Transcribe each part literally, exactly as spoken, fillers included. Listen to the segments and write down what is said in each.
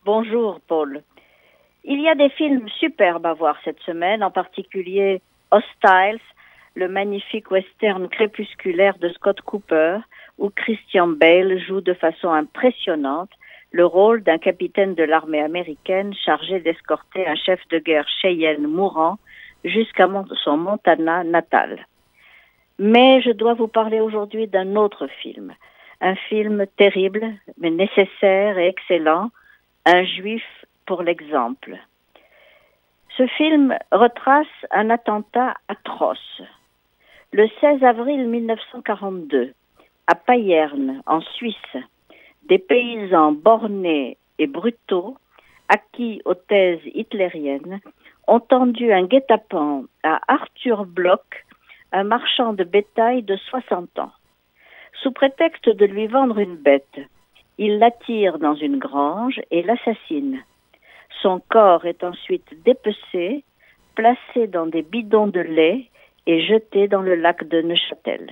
Bonjour Paul. Il y a des films superbes à voir cette semaine, en particulier Hostiles, le magnifique western crépusculaire de Scott Cooper, où Christian Bale joue de façon impressionnante le rôle d'un capitaine de l'armée américaine chargé d'escorter un chef de guerre Cheyenne mourant jusqu'à son Montana natal. Mais je dois vous parler aujourd'hui d'un autre film, un film terrible mais nécessaire et excellent, Un juif pour l'exemple. Ce film retrace un attentat atroce. Le seize avril mille neuf cent quarante-deux, à Payerne, en Suisse, des paysans bornés et brutaux, acquis aux thèses hitlériennes, ont tendu un guet-apens à Arthur Bloch, un marchand de bétail de soixante ans. Sous prétexte de lui vendre une bête, ils l'attirent dans une grange et l'assassinent. Son corps est ensuite dépecé, placé dans des bidons de lait et jeté dans le lac de Neuchâtel.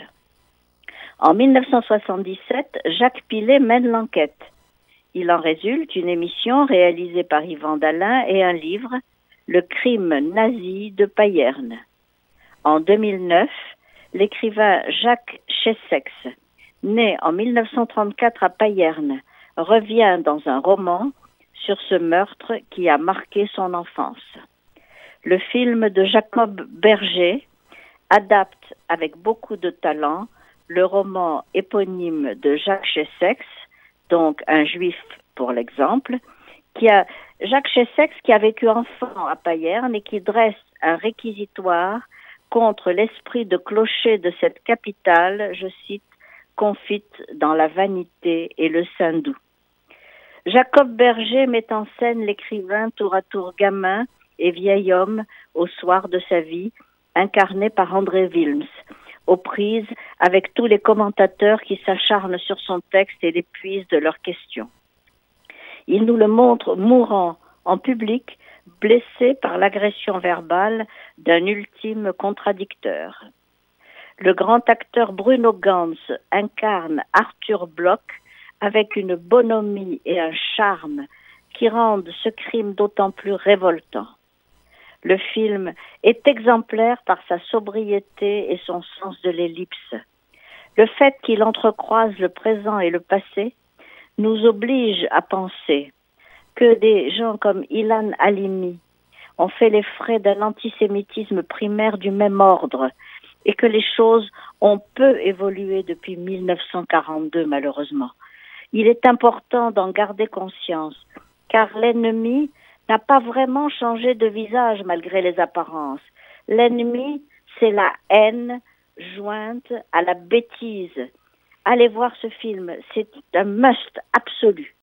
En mille neuf cent soixante-dix-sept, Jacques Pillet mène l'enquête. Il en résulte une émission réalisée par Yvan Dalin et un livre, Le crime nazi de Payerne. En deux mille neuf, l'écrivain Jacques Chessex, né en mille neuf cent trente-quatre à Payerne, revient dans un roman sur ce meurtre qui a marqué son enfance. Le film de Jacob Berger adapte avec beaucoup de talent le roman éponyme de Jacques Chessex, donc Un juif pour l'exemple, qui a Jacques Chessex qui a vécu enfant à Payerne et qui dresse un réquisitoire contre l'esprit de clocher de cette capitale, je cite, confite dans la vanité et le sein doux. Jacob Berger met en scène l'écrivain tour à tour gamin et vieil homme au soir de sa vie, incarné par André Wilms, aux prises avec tous les commentateurs qui s'acharnent sur son texte et l'épuisent de leurs questions. Il nous le montre mourant en public, blessé par l'agression verbale d'un ultime contradicteur. Le grand acteur Bruno Ganz incarne Arthur Bloch avec une bonhomie et un charme qui rendent ce crime d'autant plus révoltant. Le film est exemplaire par sa sobriété et son sens de l'ellipse. Le fait qu'il entrecroise le présent et le passé nous oblige à penser que des gens comme Ilan Halimi ont fait les frais d'un antisémitisme primaire du même ordre et que les choses ont peu évolué depuis mille neuf cent quarante-deux, malheureusement. Il est important d'en garder conscience, car l'ennemi n'a pas vraiment changé de visage malgré les apparences. L'ennemi, c'est la haine jointe à la bêtise. Allez voir ce film, c'est un must absolu.